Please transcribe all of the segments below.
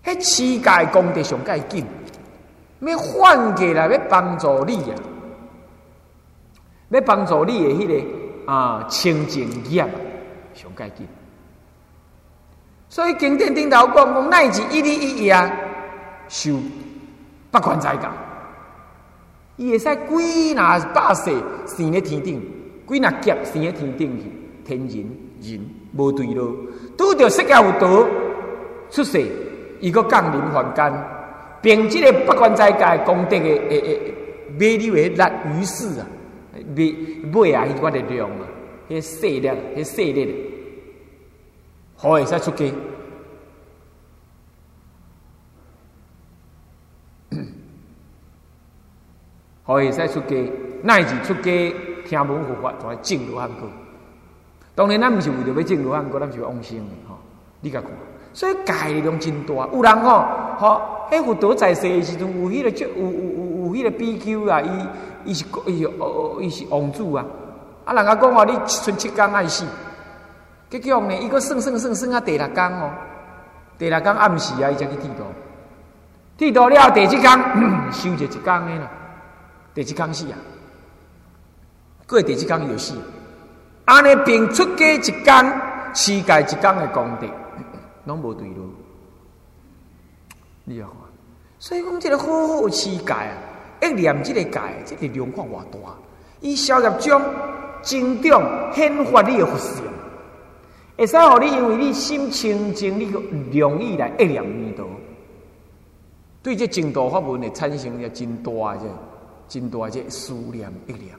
迄世界功德上介紧，要换过来要帮助你啊，要帮助你的迄个清净业上介紧。所以经典顶头讲，乃至一日一夜受八关斋戒，伊会使几若百世生咧天顶，几若劫生咧天顶去，天人无对路，拄着释迦有道出世，伊个降临凡间，凭即个八关斋戒功德的美丽的力于世啊，买啊迄款力量啊，迄势力，迄势力。好会使出家，好会使出家，乃至出家听闻佛法，就来证罗汉果。当然，咱毋是为着要证罗汉果，咱是要往生的吼。你甲看，所以戒力量真大。有人迄佛陀在世的时阵，有迄个有迄个比丘啊，伊是王子啊。人家讲你剩7天爱死。结果呢，伊个算啊第6天哦，第6天暗时啊，伊才去剃头。剃头了，第7天休一天的啦，第7天死啊，过第7天伊就死。安尼并出家1天，世界1天的功德，拢无对路。你要看，所以讲这个好好持戒啊，一念这个戒，这力量看偌大，伊消业障、增长、显发你的福相。会使互你，因为你心清净，你容易来一念念头，对这净土法门的产生了真大这思念一念。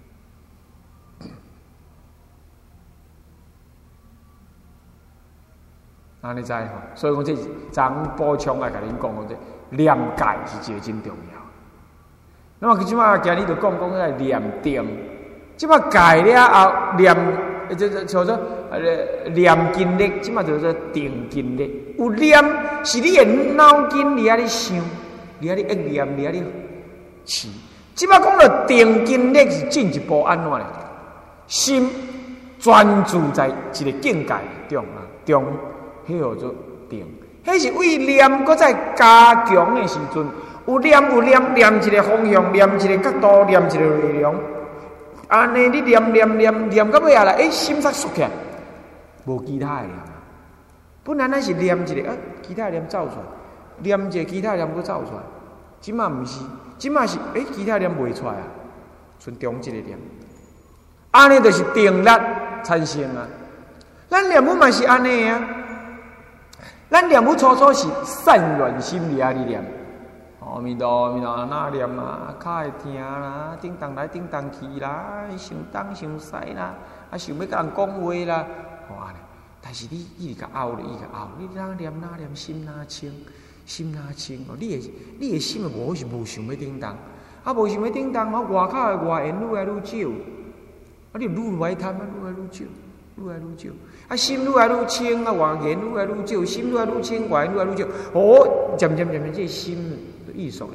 安尼知吼，所以讲这咱补充来甲恁讲讲，这念戒是一个真重要。那么即摆今日就讲来念定，即摆戒了后念。叫做念经力，即嘛叫做定经力。有念是你的脑筋，你啊咧想，你啊咧一念，你啊咧持。即嘛讲到定经力是进一步安怎咧？心专注在一个境界中啊，中，迄叫做定。迄是为念搁再加强的时阵，有念念一个方向，念一个角度，念一个内容。安尼你念到尾啊啦，心才缩起来，无其他的念。本来咱是念一个，其他的念走出来，念一个其他的念佫走出来。即马毋是，即马是，其他的念袂出来啊，剩中一个念。安尼就是定力产生啊。咱念佛嘛是安尼啊，咱念佛初是散乱心理啊，你念。阿弥陀那念啊，脚会疼啦，叮当来叮当去啦，想东想西啦，想要甲人讲话啦，哇！但是你直甲拗咧，你哪念心哪清，哦，你的心无想要叮当，无想要叮当，外口的外缘愈来愈少，你愈来贪，愈来愈少，心愈来愈清，外缘愈来愈少，心愈来愈清，外缘愈来愈少，哦，渐，这心。意修，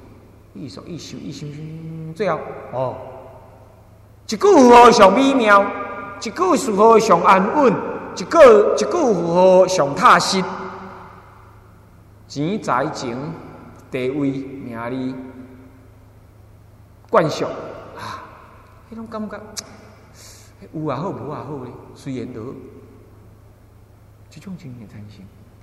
最后一句符号上美妙，一句符号上安稳，一句符号上踏实。钱财情地位名利冠属啊，迄种感觉有也好，无也好咧，虽然都好，这种情形产生。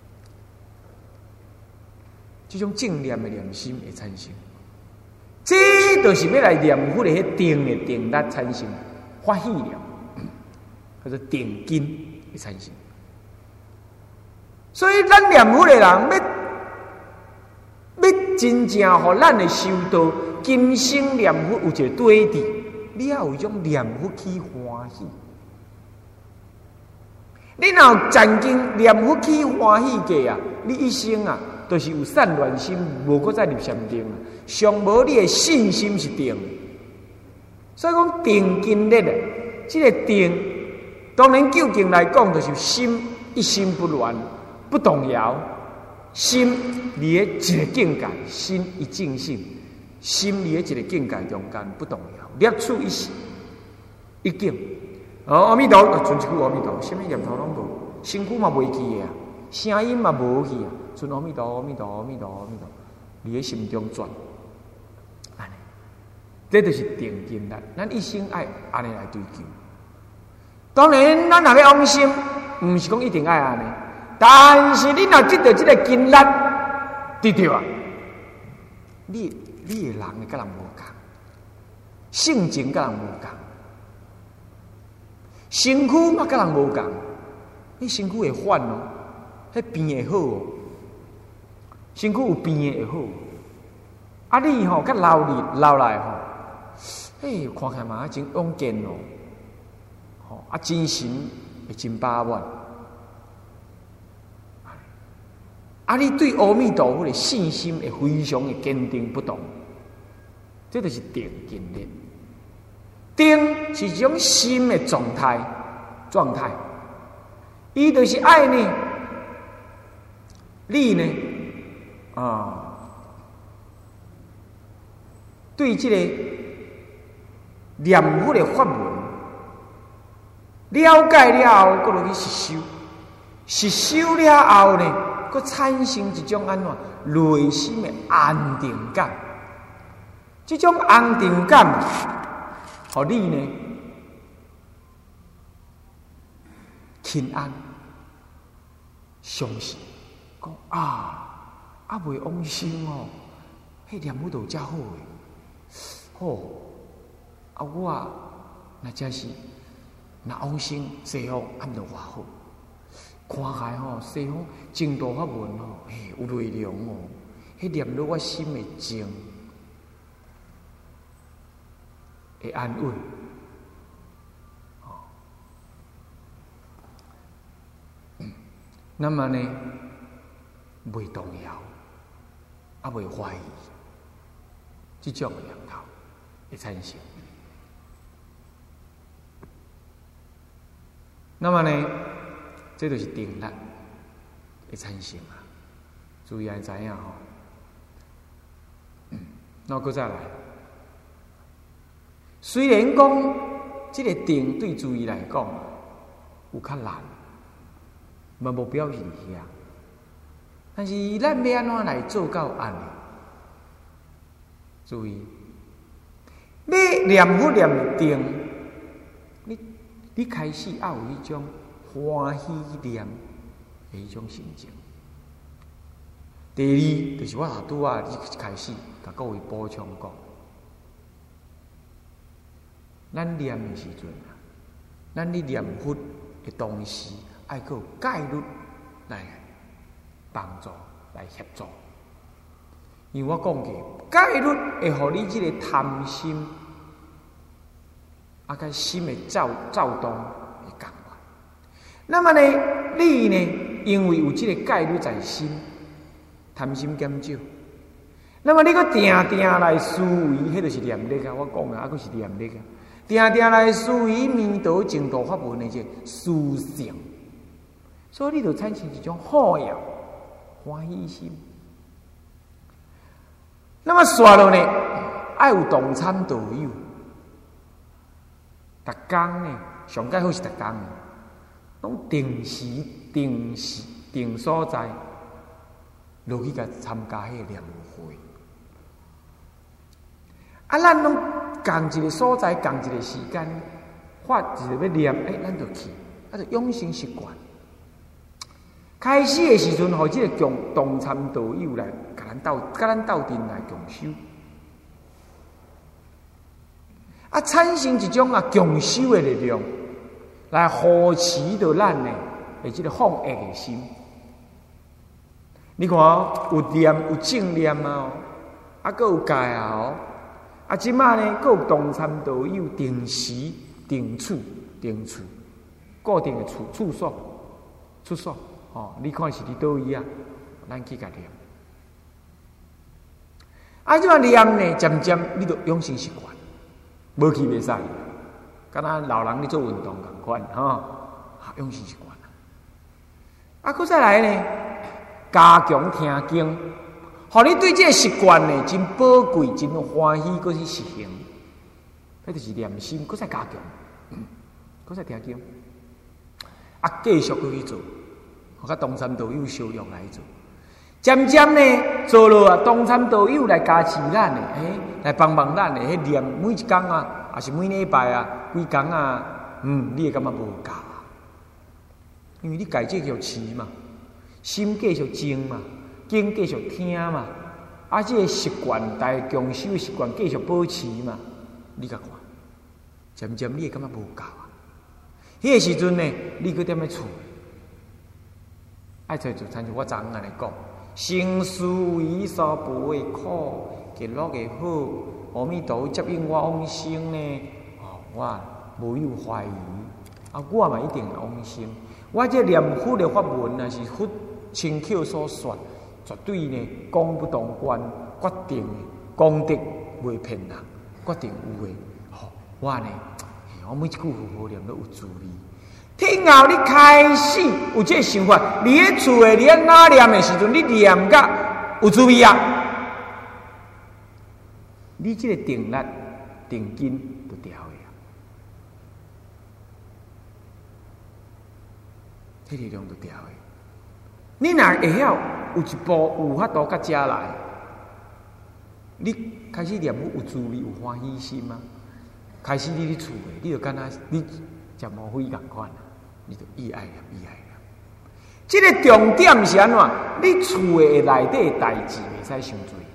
这种正念的念心会产生，这就是要来念佛的迄定的定力产生，欢喜念，叫做定根会产生。所以咱念佛的人要真正互咱的修道今生念佛有一个对治，你要有一种念佛起欢喜。你若有真经念佛起欢喜过啊，你一生啊。就是有散乱心，无搁再入禅定，上无你的信心是定，所以讲定经力啊，这个定，当然究竟来讲，就是心一心不乱，不动摇，心离一个境界，心一静性，心离一个境界中间不动摇，立处一时一境。阿弥陀，存一句阿弥陀，什么念头拢无，身躯嘛袂记的啊。 声音嘛无去啊，存阿弥陀阿弥陀阿弥陀阿弥陀，伫咧心中转。安尼，这就是定经力。咱一生爱安尼来追求。当然，咱若要往生，毋是讲一定爱安尼，但是你若得到这个经力，对着啊，你的人会甲人无共，性情甲人无共，身躯嘛甲人无共，你身躯会反哦，迄变会好哦，身躯有变会好，啊你吼甲老来吼，嘿看起来嘛真勇健哦，吼啊精神会真饱满。啊！你对阿弥陀佛的信心会非常的坚定不动，这就是定经力。定是一种心的状态，伊就是爱呢，你呢，对这个念佛的法门了解了后，搁落去实修，实修了后呢？佮产生一种安怎内心的安定感，这种安定感，互你呢轻安、相信，讲未往生哦，迄念佛都遮好诶，我那真是那往生西方，就偌好。看起吼，西方净土法门吼，有内容哦，迄念落我心会静，会安稳。那么呢，袂动摇，袂怀疑，这种念头会产生。那么呢？这就是定力会产生啊！注意要知影吼。那搁再来，虽然讲这个定对注意来讲有较难，目标是遐，但是咱要安怎来做到安尼？注意，要念佛念定，你开始要有一种。欢喜念的一种心情。第二，就是我拄一开始甲各位补充讲，咱念的时阵啊，咱咧念佛的同时，爱有戒律来帮助、来协助。因为我讲过，戒律会互你这个贪心，甲心的躁动会降。那么呢，你呢，因为有这个戒律在心，贪心减少。那么你个定来思维，迄就是念力啊！我讲啊，还佫是念力啊！定来思维弥陀净土法门的这思想，所以你就产生一种好呀欢喜心。那么刷落呢，爱有同参道友，逐工呢，上介好是逐工呢。拢定所在，落去甲参加迄个念会。咱拢共一个所在，共一个时间，发一个要念，咱就去，就养成习惯。开始的时阵，互这个同参道友来，甲咱斗阵来共修，产生一种共修的力量。来扶持着咱呢，这个放逸的心。你看，有念有正念啊，还有戒啊，即马呢，还有同参道友定时、定处、固定的处所，你看是伫倒位啊，咱去甲念。即马念呢，渐渐你就养成习惯，无去袂使。敢若老人咧做运动共款，养成习惯。佫再来呢，加强听经，互你对这个习惯呢真宝贵、真欢喜，佫去实行。迄就是念心，佫再加强，佫再听经，继续佫去做， 甲东山道友相约来做。渐渐呢，做落啊，东山道友来加持咱的，来帮忙咱的，念每一天啊，还是每礼拜啊，几天啊，你会感觉无够啊？因为你家继续持嘛，心继续静嘛，经继续听嘛，啊，这个习惯，大家共修的习惯继续保持嘛，你甲看，渐渐你会感觉无够啊？迄个时阵呢，你去踮咧厝，爱找就参像我昨暗安尼讲。生死为娑婆的苦，极乐的好。阿弥陀接引我往生呢，我无有怀疑。我嘛一定会往生。我这念佛的法文啊，是佛亲口所说，绝对呢讲不动观，决定功德袂骗人，决定有诶。我呢，我每一句佛念都有滋味。听后你开始有这个想法，你喺厝诶，你喺哪念的时阵，你念甲有滋味啊！你这个定力、定根就调的啊，这力量就调的。你若会晓有一步有法度甲遮来，你开始念有滋味、有欢喜心吗？开始你伫厝诶，你就敢若你食毛灰共款啊！你就意爱了，意爱了。这个重点是安怎？你厝的内底的代志袂使伤多，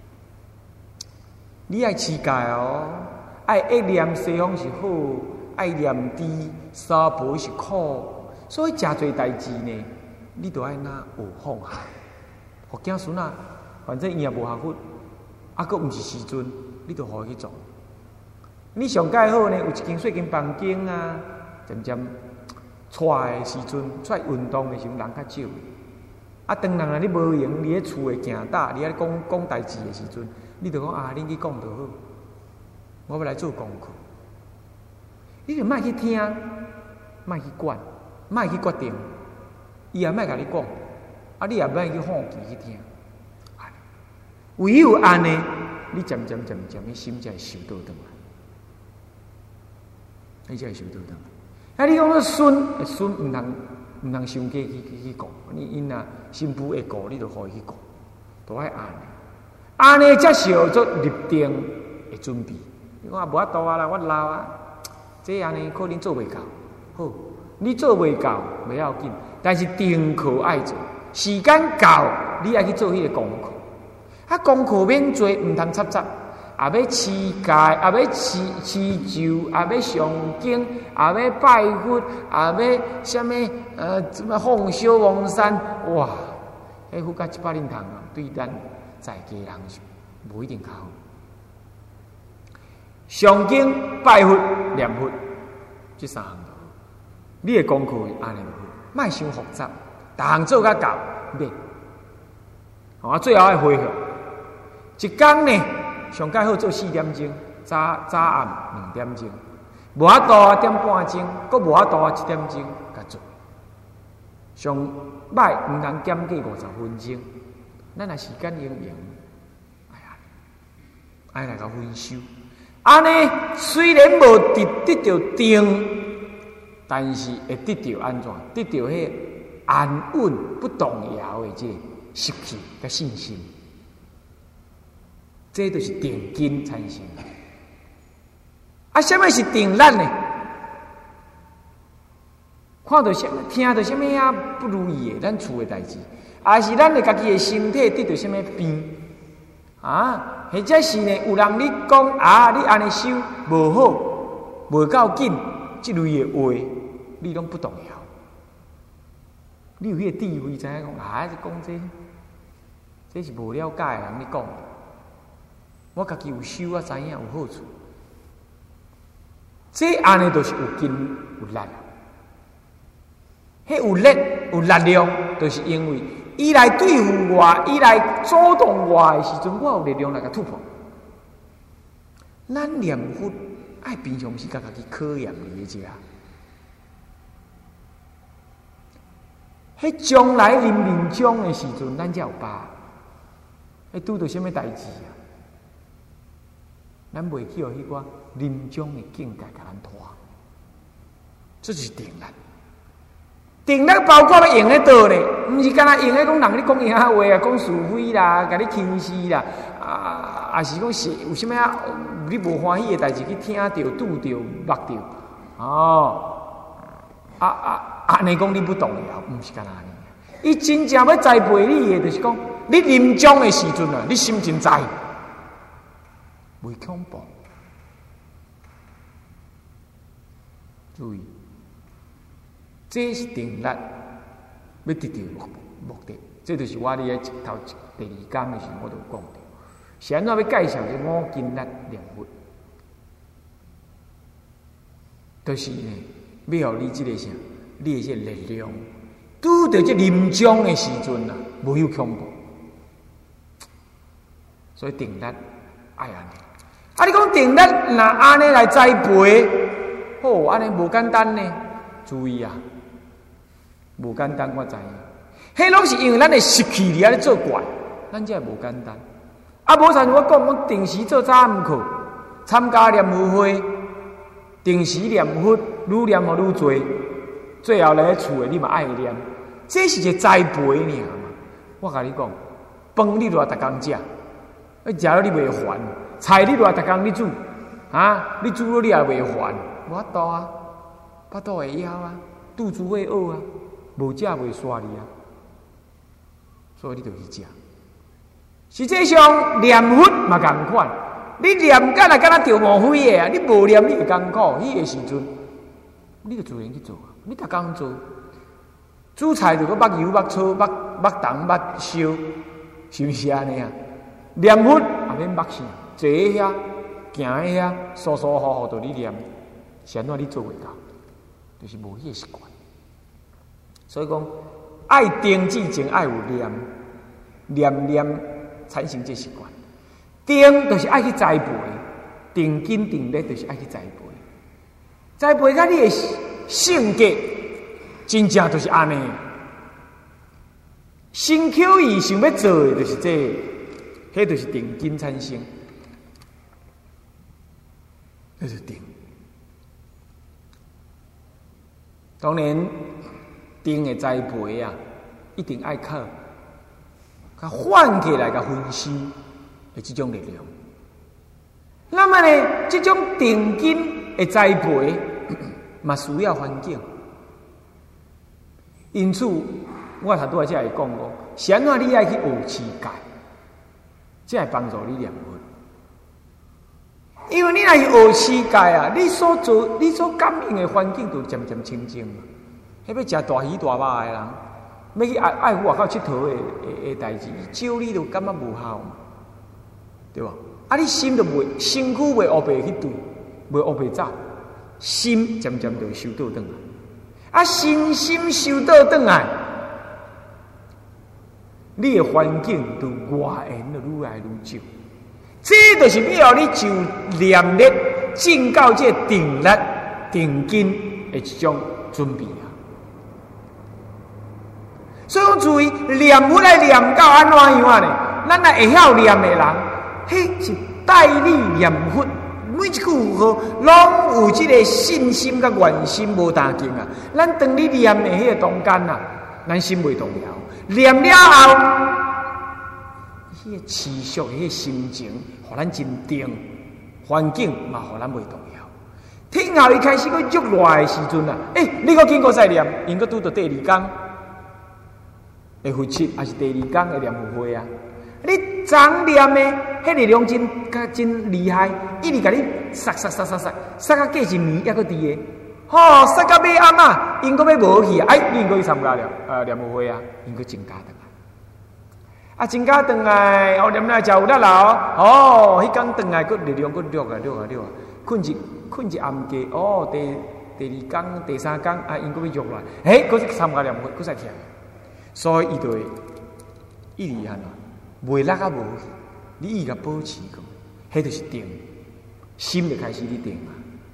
你爱持戒哦，爱一念西方是好，爱念地娑婆是苦，所以真侪代志呢，你都爱拿有放下。互囝孙啊，反正伊也无学佛，佫毋是时阵，你就互伊去做。你上介好呢，有一间细间房间啊，渐渐。出来的时阵，出来运动的时阵，人较少。当然啊，你无闲，你喺厝诶行打，你喺讲代志的时阵，你就讲恁去讲就好。我要来做功课，你就莫去听，莫去管，莫去决定，伊也莫甲你讲，你也莫去放弃去听。唯有安尼，你渐渐，你心才会收倒转来，你才会收倒转来。你讲个孙毋通伤过去讲，因若新妇会顾，你就互伊去顾，都爱安尼才是做立定的准备。你讲无法度啊啦，我老啊，这安尼可能做袂到。好，你做袂到袂要紧，但是定课爱做，时间到，你爱去做迄个功课。功课免做，毋通插杂。也要持戒，也要持咒，也要上经，也要拜佛，也要什么什么放烧王山，哇！迄佛甲100年堂啊，对咱在家人是无一定较好。上经、拜佛、念佛，这三项都好。你的功课安尼就好，莫伤复杂，逐项做甲到，免。最后爱回去，一天呢？上介好做4点钟，早暗2点钟，无法度啊点半钟，佫无法度啊1点钟甲做。上歹毋通减过50分钟，咱若时间用，爱来甲分修。安尼虽然无得到定，但是会得到安怎？得到迄安稳不动摇的这个习气甲信心。这就是定根产生。什么是定力呢？看到什么，听到什么啊不如意的，咱厝的代志，还是咱的家己的身体得到什么病或者是呢？有人你讲你安尼修无好，无够紧，这类的话，你拢不动摇。你有迄个智慧，知影讲讲这是无了解的人你讲。我家己有修知影有好处，这安尼就是有根有力。迄有力有力量，就是因为伊来对付我，伊来阻挡我的时阵，我有力量来甲突破。咱念佛爱平常时甲家己考验你者，迄将来临终的时阵，咱才有把握。拄到什么代志啊？咱袂去互迄个临终的境界甲咱拖，这就是定力。 定力包括要用在倒咧，毋是干那用在讲人咧讲闲话啊，讲是非啦，甲你轻视啦，也是讲是有啥物啊？你无欢喜的代志去听着、拄着、捌着，安尼讲你不动摇，毋是干那呢？伊真正要栽培你的，就是讲你临终的时阵啊，你心真在，袂恐怖。注意，这是定力要得到目的，这就是我伫头第二讲的时候我就讲到，是安怎要介绍这五筋力练佛，就是呢，要互你这个啥，你的这力量，拄到这临终的时阵啊，无有恐怖，所以定力爱安尼。你讲定力若安尼来栽培，哦，安尼无简单呢。注意啊，无简单，我知影。迄拢是因为咱的习气伫遐咧作怪，咱这无简单。无像我讲，我定时做早暗课，参加念佛会，定时念佛，愈念愈多，最后来厝的你嘛爱念，这是一个栽培尔嘛。我甲你讲，饭你就要逐工食，食了你袂烦；菜你就要逐工你煮，你煮了你也袂烦。无法度啊，巴肚会枵啊，肚子会饿啊，无食袂煞你啊，所以你就去食。实际上念佛嘛同款，你念敢若着魔鬼的啊，你无念你会艰苦，迄个时阵，你就自然去做啊，你逐工做，煮菜就搁抹油、抹醋、抹糖、抹烧，是毋是安尼啊？念佛也免抹啥，坐喺遐，行喺遐，舒舒服服就你念。是安怎你做袂到，就是无迄个习惯。所以讲，爱定之前爱有念产生这习惯。定就是爱去栽培，定根定力就是爱去栽培。栽培甲你的性格，真正就是安尼。心口意想要做的就是这个，迄就是定根产生，那就是定。当然，定的栽培啊，一定爱靠，甲唤起来，甲分析的这种力量。那么呢，这种定根的栽培，嘛需要环境。因此，我头拄仔才会讲过，是安怎你爱去学持戒，才会帮助你念佛。因为你若是学持戒啊，你所感应的环境就渐渐清净嘛。迄要食大鱼大肉的人，要去爱外口佚佗的代志，少你就感觉无效嘛，对吧？你心就袂身躯袂黑白去对，袂黑白走，心渐渐就收倒转来。身心收倒转来，你的环境就外缘就愈来愈少。这就是要你就念力进到这定力、定根的一种准备啊。所以讲，注意念佛来念到安怎样啊呢？咱来会晓念的人，迄是带你念佛，每一句话拢有这个信心甲愿心无单劲啊。咱当你念的迄个中间啊，咱心袂动摇。念了后，迄个持续迄个心情，互咱真定，环境嘛，互咱袂动摇。听后一开始佫入来的时阵啊，你佫经过再念，因佫拄到第二天的佛七，还是第二天的念佛会啊？你昨念的迄力量真厉害，一直甲你杀到过一年还佫伫个，杀到尾暗啊，因佫要无去啊，你应该去参加念佛会啊，因佫增加的。增加转来，念来就有力咯。迄天转来，佫力量佫弱啊，困一暗家。第二天、第三天，因佫要弱来，佫去参加念佛，佫再起来。所以伊就会一直安怎，袂落啊无去，你伊甲保持个，迄就是定，心就开始你定啊。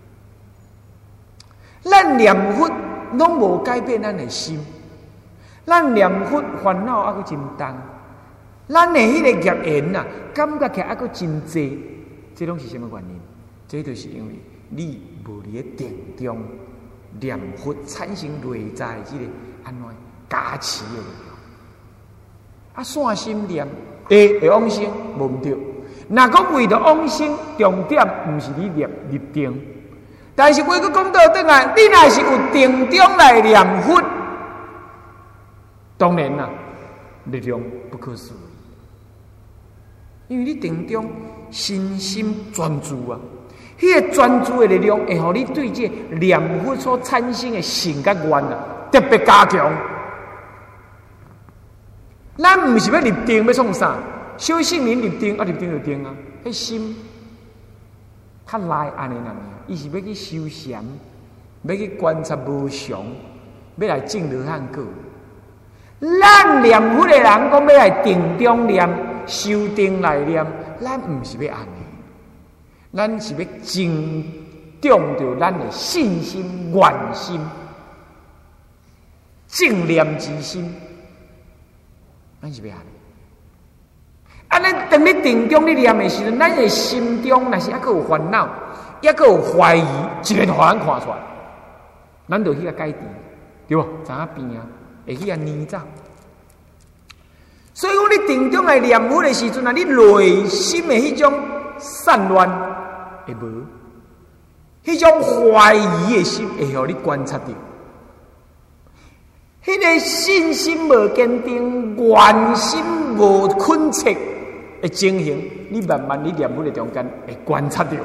咱念佛拢无改变咱的心，咱念佛烦恼还佫真重。咱的迄个业缘啊，感觉起来还佫真济，这拢是什么原因？这就是因为你无伫咧定中念佛产生内在这个安怎加持的力量。啊，散心念会往生无毋对。若讲为着往生，重点毋是你入定，但是话佫讲倒转来，你若是有定中来念佛，当然啦，力量不可思议。因为你定中身心专注啊，迄个专注的力量会互你对这念佛所产生的性甲愿啊，特别加强。咱毋是要入定要创啥？小圣人入定啊，入定就定啊，迄心较内安尼啦，伊是要去修禅，要去观察无常，要来证罗汉果。咱念佛的人讲要来定中念，修定来念，咱毋是要安尼，咱是要增长着咱的信心、愿心、正念之心，咱是要安尼。安尼，当你定中你念的时阵，咱的心中若是还佫有烦恼，还佫有怀疑，一个就互咱看出来，咱就去个改变，对无？知影变啊，会去个捏走。所以讲，你定中来念佛的时阵啊，你内心的迄种散乱会无，迄种怀疑的心会互你观察到。迄个信心无坚定，愿心无恳切的情形，你慢慢你念佛的中间会观察到。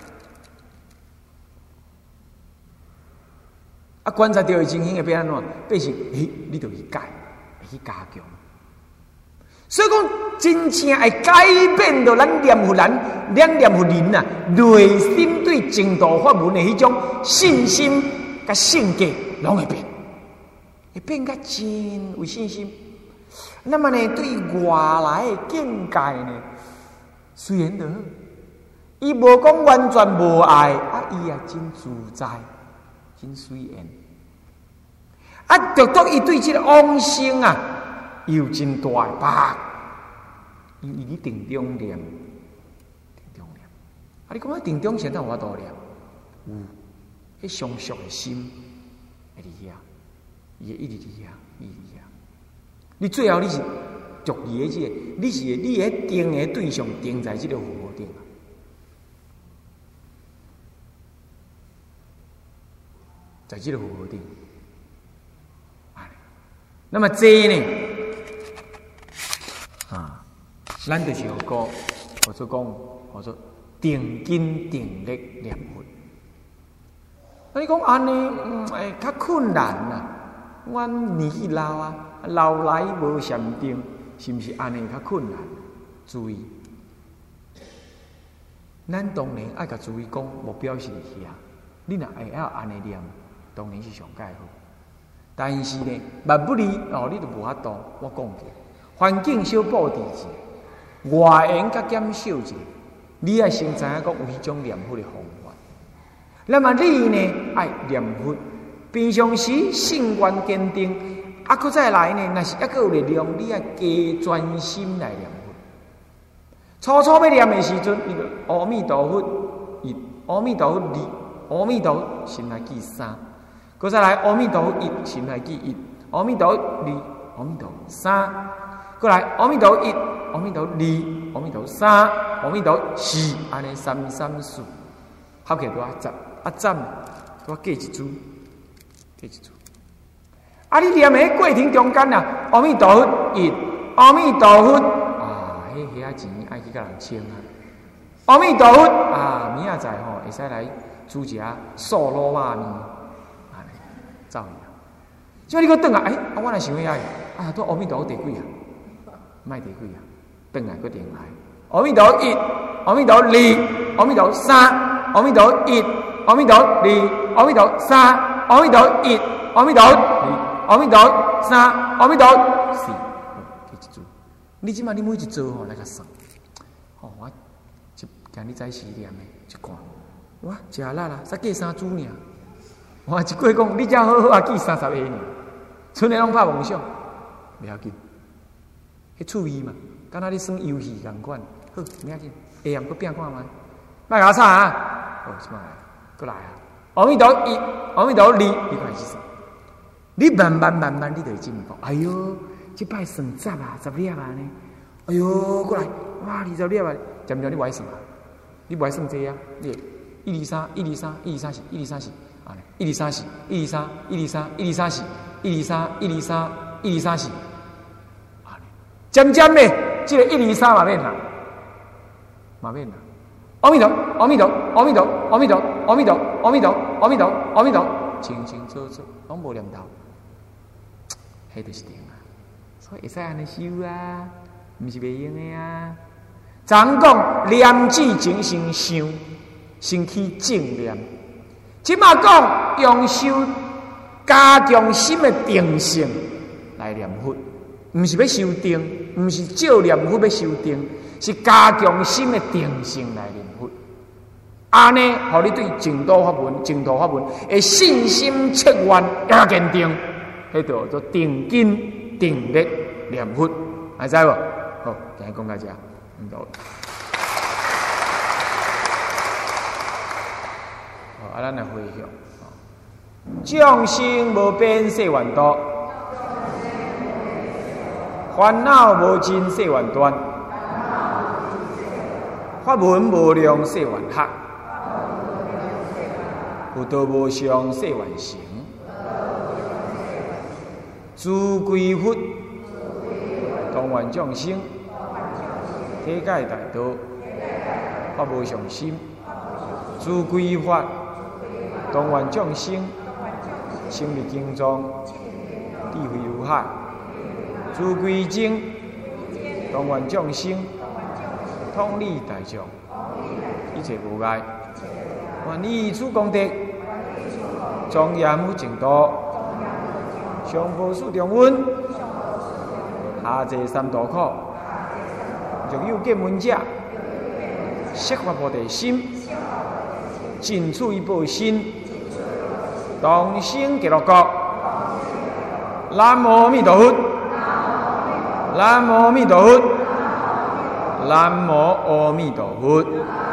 啊，观察到的情形会变安怎？变成你就去改，会去加强。所以讲，真正会改变到咱念佛人啊，内心对净土法门的迄种信心甲性格，拢会变。会变较真有信心，那么呢，对外来的境界呢，虽然就好，伊无讲完全无爱，啊，伊也真自在，真随缘。啊，独独伊对这个往生啊，有真大的把握，因为你定中念，啊，你讲啊，定中现在有法度念，有，迄相续的心会伫遐。伊会一直伫遐，一直伫遐。你最后你是着意的这个，你迄定的对象定在这个佛顶啊。在这个佛顶，那么这呢，啊，咱就是有个，我说定根定力念佛。那你讲安尼，较困难啊。阮年纪老啊，老来无禅定，是毋是安尼较困难？注意，咱当然爱甲注意讲，目标是伫遐。你若会晓安尼念，当然是上介好。但是呢，万不离哦，你都无法度。我讲过，环境小布置一下，外缘甲减少一下，你爱先知影讲有迄种念佛的方法。那么你呢，爱念佛。平常时信愿坚定，啊，搁再来呢，若是还佫有力量，你要加专心来念佛。初初要念的时阵，你就阿弥陀佛一，阿弥陀佛二，阿弥陀佛心来记三，搁再来阿弥陀佛一，心来记一，阿弥陀佛二，阿弥陀佛三，搁来阿弥陀佛一，阿弥陀佛二，阿弥陀佛三，阿弥陀佛四，安尼三三四，合起来多10，啊站，我加一组。啊！你念的过程中间啊，阿弥陀佛一，阿弥陀佛啊，遐钱爱去甲人签啊。阿弥陀佛啊，明仔载吼会使来煮一下素卤肉面，安尼走去。即你个转来，我若想遐啊，都阿弥陀佛第几啊？卖第几啊？转来个定来。阿弥陀佛一，阿弥陀佛二，阿弥陀佛三，阿弥陀佛一，阿弥陀佛二，阿弥陀佛三。阿弥陀佛一，阿弥陀佛二，阿弥陀佛三，阿弥陀佛四，记一组。你即马你每一组吼来甲算，吼我今日早时念的一看，我食力啦，才计3组尔。我一过讲，你遮好好啊，记30个尔，剩的拢拍梦想，袂要紧。迄趣味嘛，敢若你算游戏共款，好袂要紧。下暗佫拼看觅，莫甲我吵啊！哦，即马来，佫来啊！ 阿弥陀一，阿弥陀二，你看是啥？你慢慢，你就会进步。哎呦，这摆算10啊，10粒啊呢？哎呦，过来，哇，20粒啊！渐渐你不爱算啊？你不爱算这啊？你1、2、3、1、2、3、1、2、3、4、1、2、3、4啊，1、2、3、4、1、2、3、1、2、3、1、2、3、4、1、2、3、1、2、3、1、2、3、4啊，渐渐的，这个1、2、3嘛免啦，嘛免啦。阿弥陀，阿弥陀，阿弥陀，阿弥陀，阿弥陀，阿弥陀，阿弥陀，阿弥陀，清清楚楚，拢无念头，迄就是定啊。所以会使安尼修啊，毋是袂用的啊。咱讲念字前先想，先起正念。即马讲用修加强心的定性来念佛，毋是要修定，毋是照念佛要修定，是加强心的定性来念佛。安尼，互你对净土法门的信心切愿也坚定，迄叫做定根定力念佛，还知无？好，今日讲到这，好，咱来回向。众生无边誓愿度，烦恼无尽誓愿断，法门无量誓愿学，佛道无上誓愿成。自归佛，当愿众生体解大道，法无上心；自归法，当愿众生心力精壮，智慧如海；自归正，当愿众生通理大众，一切无碍。愿以此功德，庄严佛净土，上普世中恩，下济三途苦。若有见闻者，悉发菩提心，尽此一报身，同生极乐国。南无阿弥陀佛，南无阿弥陀佛，南无阿弥陀佛。